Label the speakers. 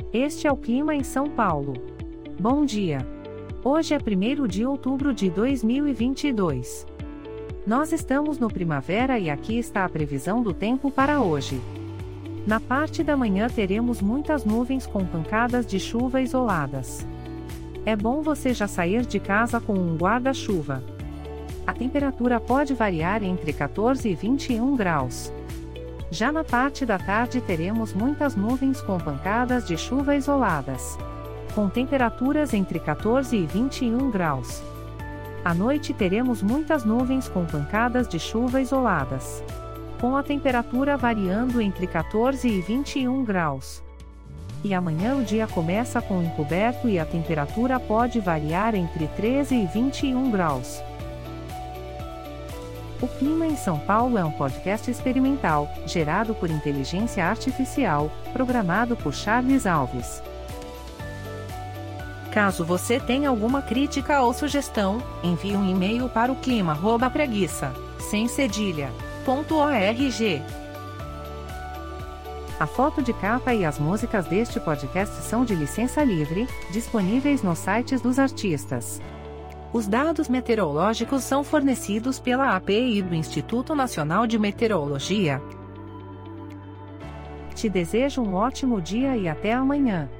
Speaker 1: Este é o clima em São Paulo. Bom dia! Hoje é 1º de outubro de 2022. Nós estamos no primavera e aqui está a previsão do tempo para hoje. Na parte da manhã teremos muitas nuvens com pancadas de chuva isoladas. É bom você já sair de casa com um guarda-chuva. A temperatura pode variar entre 14 e 21 graus. Já na parte da tarde teremos muitas nuvens com pancadas de chuva isoladas, com temperaturas entre 14 e 21 graus. À noite teremos muitas nuvens com pancadas de chuva isoladas, com a temperatura variando entre 14 e 21 graus. E amanhã o dia começa com encoberto e a temperatura pode variar entre 13 e 21 graus. O Clima em São Paulo é um podcast experimental, gerado por inteligência artificial, programado por Charles Alves. Caso você tenha alguma crítica ou sugestão, envie um e-mail para o clima@preguiça.org. A foto de capa e as músicas deste podcast são de licença livre, disponíveis nos sites dos artistas. Os dados meteorológicos são fornecidos pela API do Instituto Nacional de Meteorologia. Te desejo um ótimo dia e até amanhã.